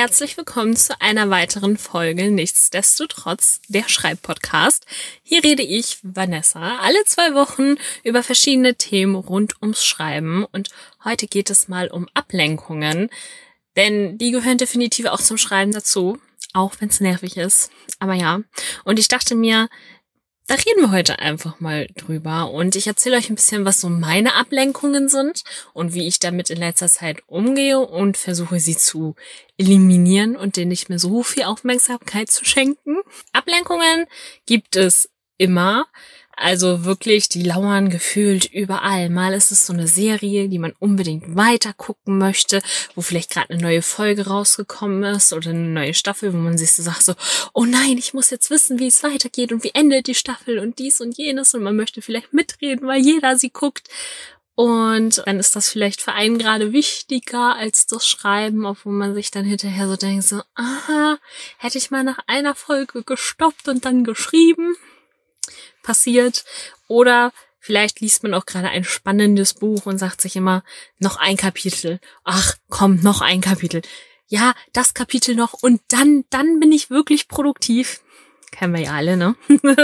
herzlich willkommen zu einer weiteren Folge Nichtsdestotrotz, der Schreibpodcast. Hier rede ich, Vanessa, alle 2 Wochen über verschiedene Themen rund ums Schreiben und heute geht es mal um Ablenkungen, denn die gehören definitiv auch zum Schreiben dazu, auch wenn es nervig ist, aber ja. Und ich dachte mir, da reden wir heute einfach mal drüber und ich erzähle euch ein bisschen, was so meine Ablenkungen sind und wie ich damit in letzter Zeit umgehe und versuche, sie zu eliminieren und denen nicht mehr so viel Aufmerksamkeit zu schenken. Ablenkungen gibt es immer. Also wirklich, die lauern gefühlt überall. Mal ist es so eine Serie, die man unbedingt weiter gucken möchte, wo vielleicht gerade eine neue Folge rausgekommen ist oder eine neue Staffel, wo man sich so sagt so, oh nein, ich muss jetzt wissen, wie es weitergeht und wie endet die Staffel und dies und jenes und man möchte vielleicht mitreden, weil jeder sie guckt. Und dann ist das vielleicht für einen gerade wichtiger als das Schreiben, obwohl man sich dann hinterher so denkt so, aha, hätte ich mal nach einer Folge gestoppt und dann geschrieben. Passiert. Oder vielleicht liest man auch gerade ein spannendes Buch und sagt sich immer, noch ein Kapitel. Ach, komm, noch ein Kapitel. Ja, das Kapitel noch und dann bin ich wirklich produktiv. Kennen wir ja alle, ne?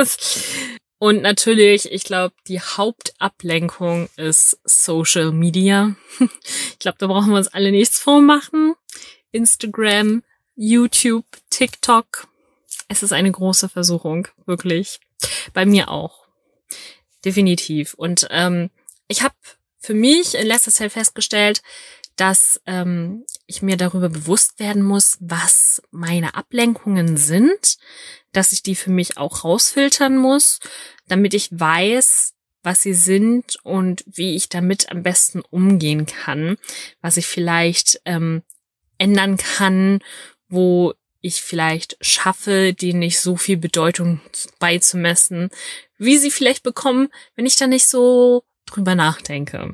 Und natürlich, ich glaube, die Hauptablenkung ist Social Media. Ich glaube, da brauchen wir uns alle nichts vormachen. Instagram, YouTube, TikTok. Es ist eine große Versuchung, wirklich. Bei mir auch. Definitiv. Und ich habe für mich in letzter Zeit festgestellt, dass ich mir darüber bewusst werden muss, was meine Ablenkungen sind, dass ich die für mich auch rausfiltern muss, damit ich weiß, was sie sind und wie ich damit am besten umgehen kann, was ich vielleicht ändern kann, wo ich vielleicht schaffe, denen nicht so viel Bedeutung beizumessen, wie sie vielleicht bekommen, wenn ich da nicht so drüber nachdenke.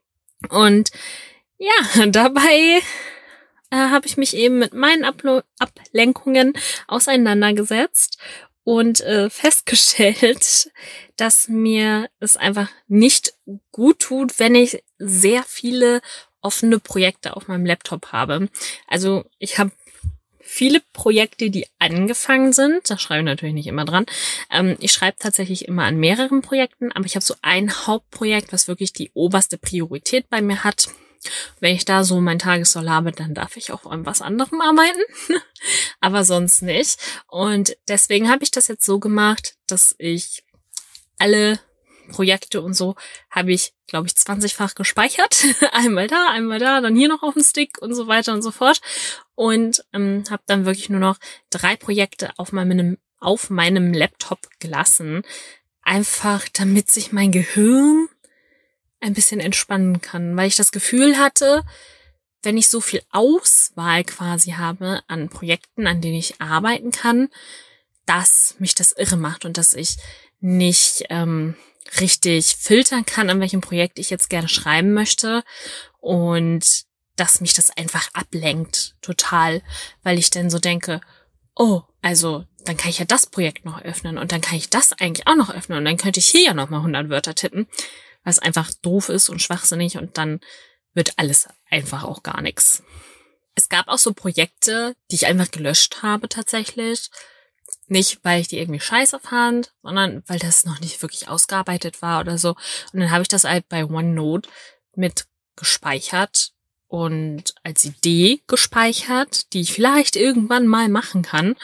Und ja, dabei habe ich mich eben mit meinen Ablenkungen auseinandergesetzt und festgestellt, dass mir es einfach nicht gut tut, wenn ich sehr viele offene Projekte auf meinem Laptop habe. Also ich habe viele Projekte, die angefangen sind, da schreibe ich natürlich nicht immer dran. Ich schreibe tatsächlich immer an mehreren Projekten, aber ich habe so ein Hauptprojekt, was wirklich die oberste Priorität bei mir hat. Wenn ich da so mein Tagessoll habe, dann darf ich auch an was anderem arbeiten, aber sonst nicht. Und deswegen habe ich das jetzt so gemacht, dass ich alle Projekte und so habe ich, glaube ich, 20-fach gespeichert. Einmal da, dann hier noch auf dem Stick und so weiter und so fort. Und habe dann wirklich nur noch 3 Projekte auf meinem Laptop gelassen. Einfach, damit sich mein Gehirn ein bisschen entspannen kann. Weil ich das Gefühl hatte, wenn ich so viel Auswahl quasi habe an Projekten, an denen ich arbeiten kann, dass mich das irre macht und dass ich nicht richtig filtern kann, an welchem Projekt ich jetzt gerne schreiben möchte und dass mich das einfach ablenkt total, weil ich dann so denke, oh, also dann kann ich ja das Projekt noch öffnen und dann kann ich das eigentlich auch noch öffnen und dann könnte ich hier ja noch mal 100 Wörter tippen, was einfach doof ist und schwachsinnig und dann wird alles einfach auch gar nichts. Es gab auch so Projekte, die ich einfach gelöscht habe tatsächlich. Nicht, weil ich die irgendwie scheiße fand, sondern weil das noch nicht wirklich ausgearbeitet war oder so. Und dann habe ich das halt bei OneNote mit gespeichert und als Idee gespeichert, die ich vielleicht irgendwann mal machen kann.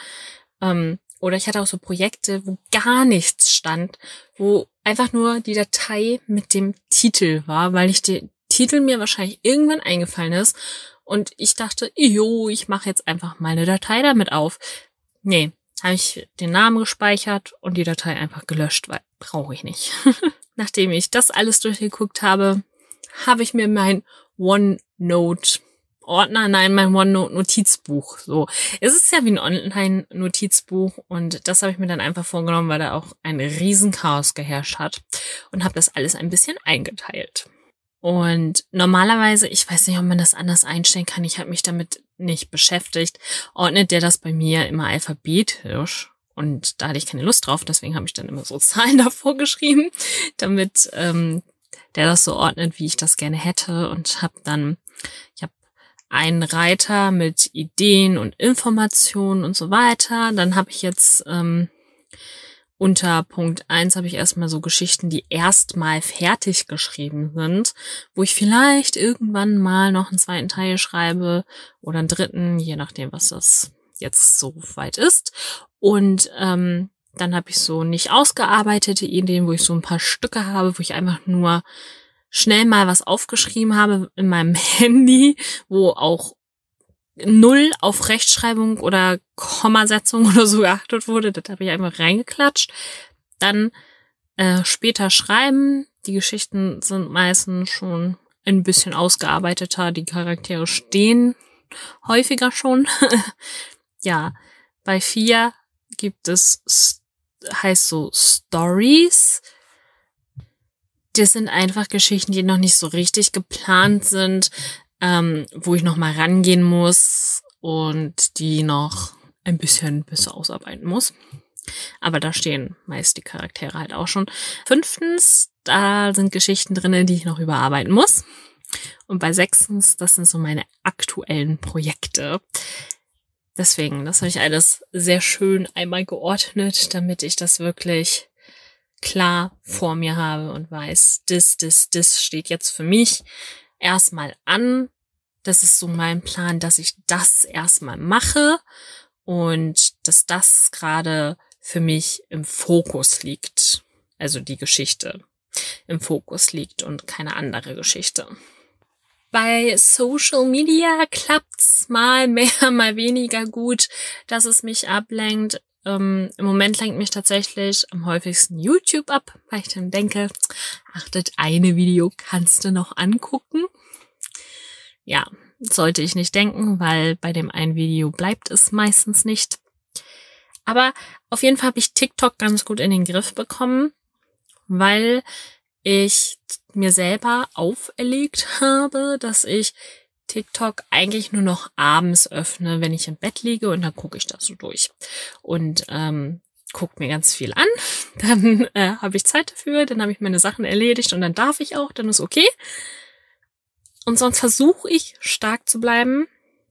Oder ich hatte auch so Projekte, wo gar nichts stand, wo einfach nur die Datei mit dem Titel war, weil ich der Titel mir wahrscheinlich irgendwann eingefallen ist. Und ich dachte, ich mache jetzt einfach mal eine Datei damit auf. Nee. Habe ich den Namen gespeichert und die Datei einfach gelöscht, weil brauche ich nicht. Nachdem ich das alles durchgeguckt habe, habe ich mir mein OneNote-Ordner, mein OneNote-Notizbuch, so. Es ist ja wie ein Online-Notizbuch und das habe ich mir dann einfach vorgenommen, weil da auch ein Riesenchaos geherrscht hat und habe das alles ein bisschen eingeteilt. Und normalerweise, ich weiß nicht, ob man das anders einstellen kann, ich habe mich damit nicht beschäftigt, ordnet der das bei mir immer alphabetisch und da hatte ich keine Lust drauf, deswegen habe ich dann immer so Zahlen davor geschrieben, damit der das so ordnet, wie ich das gerne hätte und ich habe einen Reiter mit Ideen und Informationen und so weiter. Dann habe ich jetzt unter Punkt 1 habe ich erstmal so Geschichten, die erstmal fertig geschrieben sind, wo ich vielleicht irgendwann mal noch einen zweiten Teil schreibe oder einen dritten, je nachdem, was das jetzt so weit ist. Und dann habe ich so nicht ausgearbeitete Ideen, wo ich so ein paar Stücke habe, wo ich einfach nur schnell mal was aufgeschrieben habe in meinem Handy, wo auch null auf Rechtschreibung oder Kommasetzung oder so geachtet wurde. Das habe ich einfach reingeklatscht. Dann später schreiben. Die Geschichten sind meistens schon ein bisschen ausgearbeiteter. Die Charaktere stehen häufiger schon. Ja, bei 4 gibt es, heißt so Stories. Das sind einfach Geschichten, die noch nicht so richtig geplant sind, wo ich noch mal rangehen muss und die noch ein bisschen besser ausarbeiten muss. Aber da stehen meist die Charaktere halt auch schon. 5, da sind Geschichten drin, die ich noch überarbeiten muss. Und bei 6, das sind so meine aktuellen Projekte. Deswegen, das habe ich alles sehr schön einmal geordnet, damit ich das wirklich klar vor mir habe und weiß, das steht jetzt für mich erstmal an. Das ist so mein Plan, dass ich das erstmal mache und dass das gerade für mich im Fokus liegt. Also die Geschichte im Fokus liegt und keine andere Geschichte. Bei Social Media klappt's mal mehr, mal weniger gut, dass es mich ablenkt. Im Moment lenkt mich tatsächlich am häufigsten YouTube ab, weil ich dann denke, ach, das eine Video kannst du noch angucken. Ja, sollte ich nicht denken, weil bei dem einen Video bleibt es meistens nicht. Aber auf jeden Fall habe ich TikTok ganz gut in den Griff bekommen, weil ich mir selber auferlegt habe, dass ich TikTok eigentlich nur noch abends öffne, wenn ich im Bett liege, und dann gucke ich das so durch und gucke mir ganz viel an. Dann habe ich Zeit dafür, dann habe ich meine Sachen erledigt und dann darf ich auch, dann ist okay. Und sonst versuche ich stark zu bleiben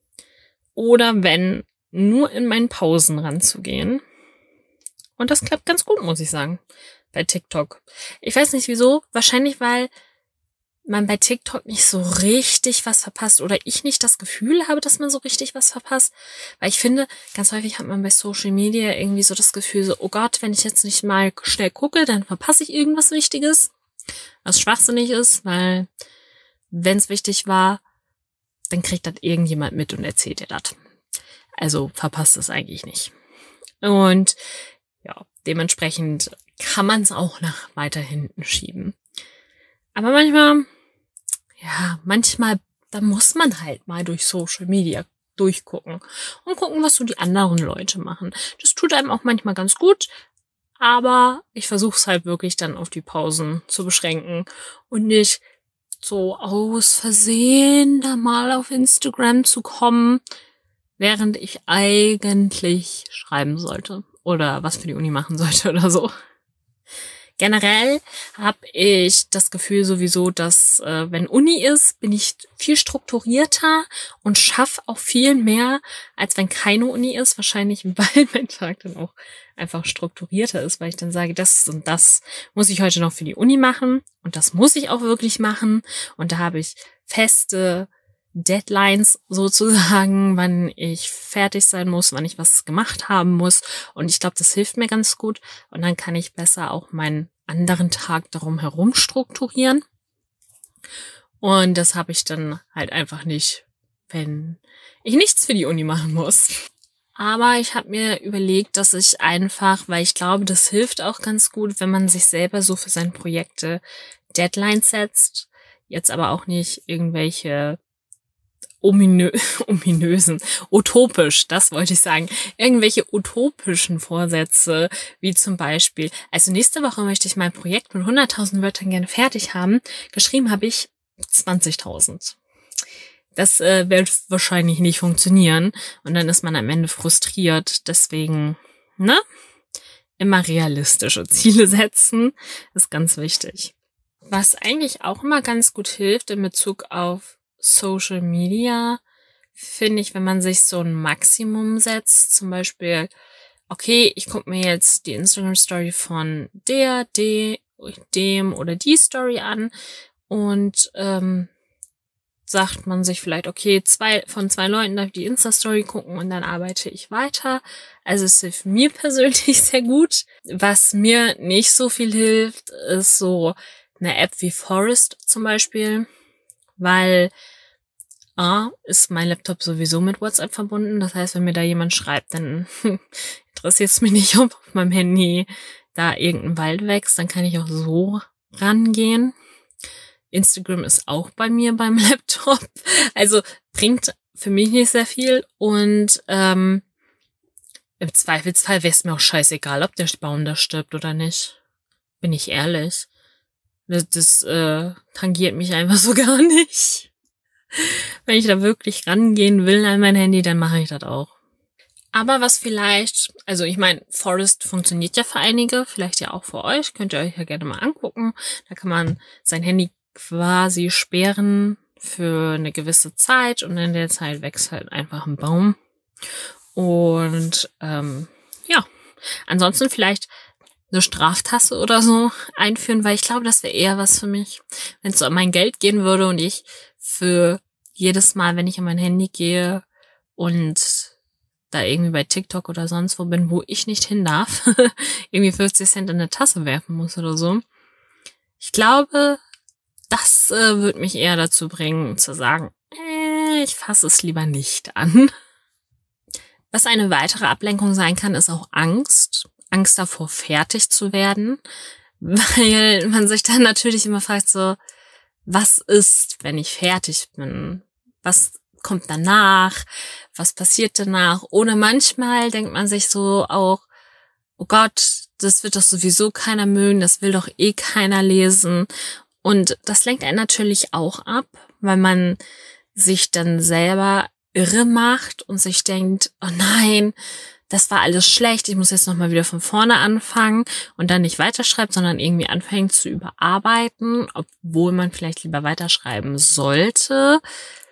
oder wenn, nur in meinen Pausen ranzugehen. Und das klappt ganz gut, muss ich sagen, bei TikTok. Ich weiß nicht wieso, wahrscheinlich weil man bei TikTok nicht so richtig was verpasst oder ich nicht das Gefühl habe, dass man so richtig was verpasst. Weil ich finde, ganz häufig hat man bei Social Media irgendwie so das Gefühl, so, oh Gott, wenn ich jetzt nicht mal schnell gucke, dann verpasse ich irgendwas Wichtiges. Was schwachsinnig ist, weil wenn es wichtig war, dann kriegt das irgendjemand mit und erzählt dir das. Also verpasst es eigentlich nicht. Und ja, dementsprechend kann man es auch nach weiter hinten schieben. Aber manchmal, da muss man halt mal durch Social Media durchgucken und gucken, was so die anderen Leute machen. Das tut einem auch manchmal ganz gut, aber ich versuche es halt wirklich dann auf die Pausen zu beschränken und nicht so aus Versehen da mal auf Instagram zu kommen, während ich eigentlich schreiben sollte oder was für die Uni machen sollte oder so. Generell habe ich das Gefühl sowieso, dass wenn Uni ist, bin ich viel strukturierter und schaffe auch viel mehr, als wenn keine Uni ist. Wahrscheinlich, weil mein Tag dann auch einfach strukturierter ist, weil ich dann sage, das und das muss ich heute noch für die Uni machen und das muss ich auch wirklich machen. Und da habe ich feste Deadlines sozusagen, wann ich fertig sein muss, wann ich was gemacht haben muss. Und ich glaube, das hilft mir ganz gut. Und dann kann ich besser auch meinen anderen Tag darum herum strukturieren. Und das habe ich dann halt einfach nicht, wenn ich nichts für die Uni machen muss. Aber ich habe mir überlegt, dass ich einfach, weil ich glaube, das hilft auch ganz gut, wenn man sich selber so für seine Projekte Deadlines setzt. Jetzt aber auch nicht irgendwelche utopisch, das wollte ich sagen, irgendwelche utopischen Vorsätze, wie zum Beispiel, also nächste Woche möchte ich mein Projekt mit 100.000 Wörtern gerne fertig haben. Geschrieben habe ich 20.000. Das wird wahrscheinlich nicht funktionieren und dann ist man am Ende frustriert. Deswegen, immer realistische Ziele setzen, ist ganz wichtig. Was eigentlich auch immer ganz gut hilft in Bezug auf Social Media, finde ich, wenn man sich so ein Maximum setzt, zum Beispiel, okay, ich gucke mir jetzt die Instagram-Story von dem oder die Story an und sagt man sich vielleicht, okay, von zwei Leuten darf ich die Insta-Story gucken und dann arbeite ich weiter. Also es hilft mir persönlich sehr gut. Was mir nicht so viel hilft, ist so eine App wie Forest zum Beispiel, weil ist mein Laptop sowieso mit WhatsApp verbunden. Das heißt, wenn mir da jemand schreibt, dann interessiert es mich nicht, ob auf meinem Handy da irgendein Wald wächst. Dann kann ich auch so rangehen. Instagram ist auch bei mir beim Laptop. Also bringt für mich nicht sehr viel. Und im Zweifelsfall wäre es mir auch scheißegal, ob der Baum da stirbt oder nicht. Bin ich ehrlich. Das tangiert mich einfach so gar nicht. Wenn ich da wirklich rangehen will an mein Handy, dann mache ich das auch. Aber was vielleicht, also ich meine, Forest funktioniert ja für einige, vielleicht ja auch für euch, könnt ihr euch ja gerne mal angucken. Da kann man sein Handy quasi sperren für eine gewisse Zeit und in der Zeit wächst halt einfach ein Baum. Und ja, ansonsten vielleicht eine Straftaste oder so einführen, weil ich glaube, das wäre eher was für mich, wenn es so um mein Geld gehen würde und ich für jedes Mal, wenn ich an mein Handy gehe und da irgendwie bei TikTok oder sonst wo bin, wo ich nicht hin darf, irgendwie 50 Cent in eine Tasse werfen muss oder so. Ich glaube, das wird mich eher dazu bringen, zu sagen, ich fasse es lieber nicht an. Was eine weitere Ablenkung sein kann, ist auch Angst. Angst davor, fertig zu werden, weil man sich dann natürlich immer fragt so, was ist, wenn ich fertig bin? Was kommt danach? Was passiert danach? Oder manchmal denkt man sich so auch, oh Gott, das wird doch sowieso keiner mögen, das will doch eh keiner lesen. Und das lenkt einen natürlich auch ab, weil man sich dann selber irre macht und sich denkt, oh nein, das war alles schlecht, ich muss jetzt nochmal wieder von vorne anfangen und dann nicht weiterschreibt, sondern irgendwie anfängt zu überarbeiten, obwohl man vielleicht lieber weiterschreiben sollte.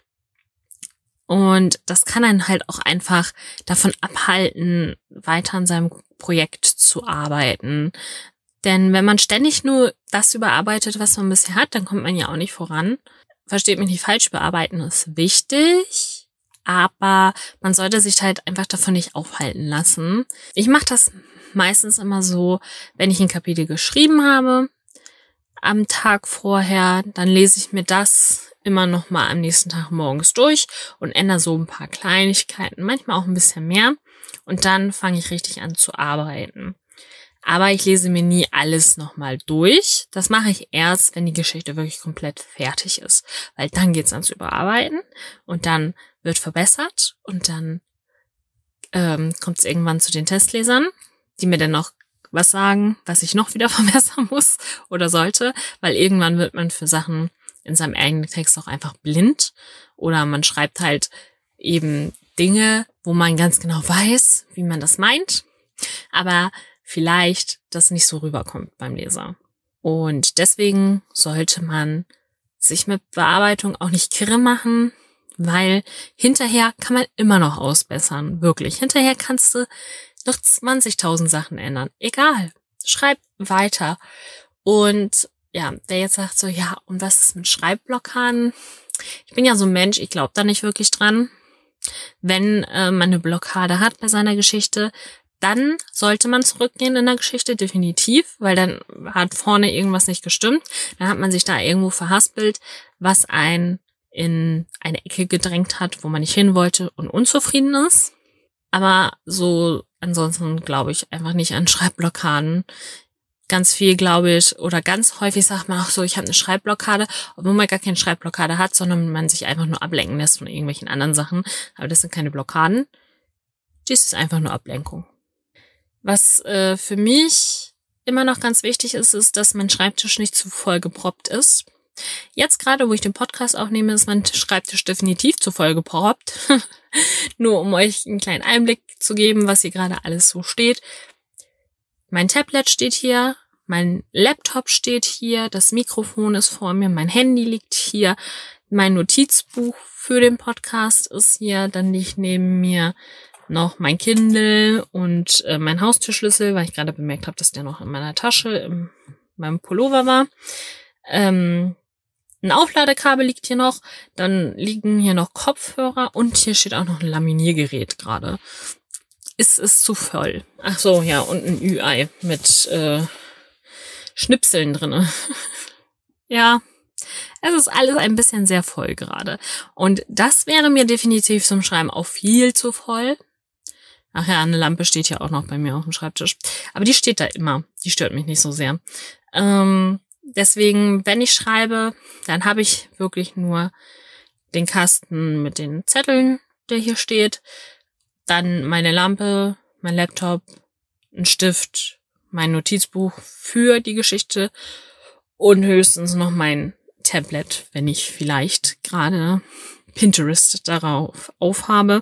Und das kann einen halt auch einfach davon abhalten, weiter an seinem Projekt zu arbeiten. Denn wenn man ständig nur das überarbeitet, was man bisher hat, dann kommt man ja auch nicht voran. Versteht mich nicht falsch, überarbeiten ist wichtig. Aber man sollte sich halt einfach davon nicht aufhalten lassen. Ich mache das meistens immer so, wenn ich ein Kapitel geschrieben habe, am Tag vorher, dann lese ich mir das immer noch mal am nächsten Tag morgens durch und ändere so ein paar Kleinigkeiten, manchmal auch ein bisschen mehr. Und dann fange ich richtig an zu arbeiten. Aber ich lese mir nie alles nochmal durch. Das mache ich erst, wenn die Geschichte wirklich komplett fertig ist. Weil dann geht's ans Überarbeiten und dann wird verbessert und dann kommt es irgendwann zu den Testlesern, die mir dann noch was sagen, was ich noch wieder verbessern muss oder sollte. Weil irgendwann wird man für Sachen in seinem eigenen Text auch einfach blind. Oder man schreibt halt eben Dinge, wo man ganz genau weiß, wie man das meint. Aber vielleicht das nicht so rüberkommt beim Leser. Und deswegen sollte man sich mit Bearbeitung auch nicht kirre machen, weil hinterher kann man immer noch ausbessern. Wirklich. Hinterher kannst du noch 20.000 Sachen ändern. Egal. Schreib weiter. Und ja, wer jetzt sagt so, ja, und was ist mit Schreibblockaden? Ich bin ja so ein Mensch, ich glaube da nicht wirklich dran. Wenn man eine Blockade hat bei seiner Geschichte, dann sollte man zurückgehen in der Geschichte, definitiv, weil dann hat vorne irgendwas nicht gestimmt. Dann hat man sich da irgendwo verhaspelt, was einen in eine Ecke gedrängt hat, wo man nicht hin wollte und unzufrieden ist. Aber so ansonsten glaube ich einfach nicht an Schreibblockaden. Ganz viel, glaube ich, oder ganz häufig sagt man auch so, ich habe eine Schreibblockade, obwohl man gar keine Schreibblockade hat, sondern man sich einfach nur ablenken lässt von irgendwelchen anderen Sachen. Aber das sind keine Blockaden. Das ist einfach nur Ablenkung. Was für mich immer noch ganz wichtig ist, ist, dass mein Schreibtisch nicht zu voll geproppt ist. Jetzt gerade, wo ich den Podcast aufnehme, ist mein Schreibtisch definitiv zu voll geproppt. Nur um euch einen kleinen Einblick zu geben, was hier gerade alles so steht. Mein Tablet steht hier, mein Laptop steht hier, das Mikrofon ist vor mir, mein Handy liegt hier, Mein Notizbuch für den Podcast ist hier. Dann liegt neben mir noch mein Kindle und mein Haustürschlüssel, weil ich gerade bemerkt habe, dass der noch in meiner Tasche, in meinem Pullover war. Ein Aufladekabel liegt hier noch. Dann liegen hier noch Kopfhörer und hier steht auch noch ein Laminiergerät gerade. Ist es zu voll? Ach so, ja, und ein Ü-Ei mit Schnipseln drinne. Ja, es ist alles ein bisschen sehr voll gerade. Und das wäre mir definitiv zum Schreiben auch viel zu voll. Ach ja, eine Lampe steht ja auch noch bei mir auf dem Schreibtisch. Aber die steht da immer. Die stört mich nicht so sehr. Deswegen, wenn ich schreibe, dann habe ich wirklich nur den Kasten mit den Zetteln, der hier steht. Dann meine Lampe, mein Laptop, ein Stift, mein Notizbuch für die Geschichte und höchstens noch mein Tablet, wenn ich vielleicht gerade Pinterest darauf aufhabe,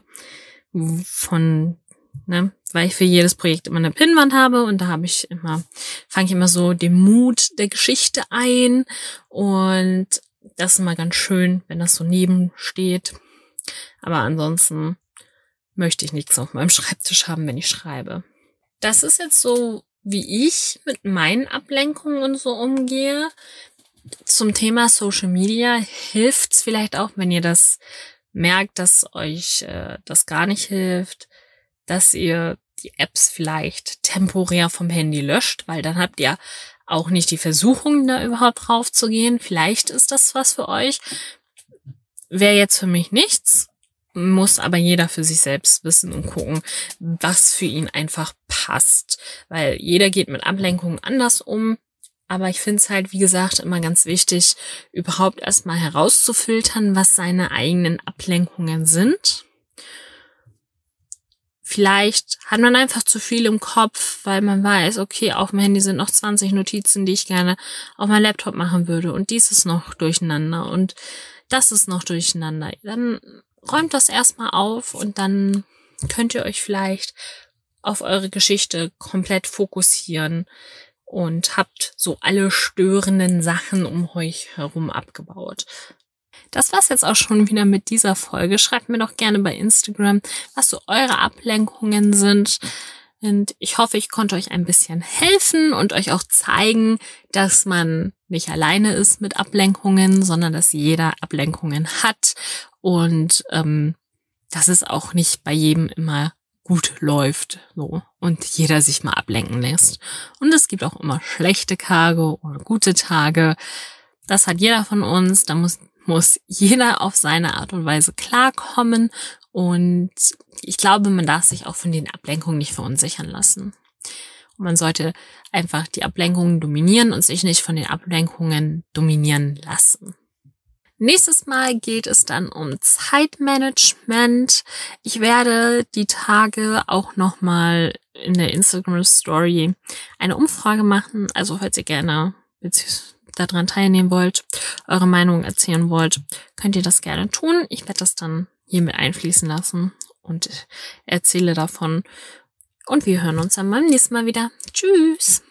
weil ich für jedes Projekt immer eine Pinnwand habe und da fange ich immer so den Mut der Geschichte ein und das ist immer ganz schön, wenn das so neben steht. Aber ansonsten möchte ich nichts auf meinem Schreibtisch haben, wenn ich schreibe. Das ist jetzt so, wie ich mit meinen Ablenkungen und so umgehe. Zum Thema Social Media hilft's vielleicht auch, wenn ihr das merkt, dass euch das gar nicht hilft, dass ihr die Apps vielleicht temporär vom Handy löscht, weil dann habt ihr auch nicht die Versuchung, da überhaupt drauf zu gehen. Vielleicht ist das was für euch. Wäre jetzt für mich nichts, muss aber jeder für sich selbst wissen und gucken, was für ihn einfach passt. Weil jeder geht mit Ablenkungen anders um. Aber ich finde es halt, wie gesagt, immer ganz wichtig, überhaupt erstmal herauszufiltern, was seine eigenen Ablenkungen sind. Vielleicht hat man einfach zu viel im Kopf, weil man weiß, okay, auf dem Handy sind noch 20 Notizen, die ich gerne auf meinem Laptop machen würde. Und dies ist noch durcheinander und das ist noch durcheinander. Dann räumt das erstmal auf und dann könnt ihr euch vielleicht auf eure Geschichte komplett fokussieren und habt so alle störenden Sachen um euch herum abgebaut. Das war's jetzt auch schon wieder mit dieser Folge. Schreibt mir doch gerne bei Instagram, was so eure Ablenkungen sind. Und ich hoffe, ich konnte euch ein bisschen helfen und euch auch zeigen, dass man nicht alleine ist mit Ablenkungen, sondern dass jeder Ablenkungen hat und dass es auch nicht bei jedem immer gut läuft so und jeder sich mal ablenken lässt. Und es gibt auch immer schlechte Tage oder gute Tage. Das hat jeder von uns. Da muss jeder auf seine Art und Weise klarkommen. Und ich glaube, man darf sich auch von den Ablenkungen nicht verunsichern lassen. Und man sollte einfach die Ablenkungen dominieren und sich nicht von den Ablenkungen dominieren lassen. Nächstes Mal geht es dann um Zeitmanagement. Ich werde die Tage auch nochmal in der Instagram-Story eine Umfrage machen. Also falls ihr gerne daran teilnehmen wollt, eure Meinung erzählen wollt, könnt ihr das gerne tun. Ich werde das dann hier mit einfließen lassen und erzähle davon. Und wir hören uns dann beim nächsten Mal wieder. Tschüss!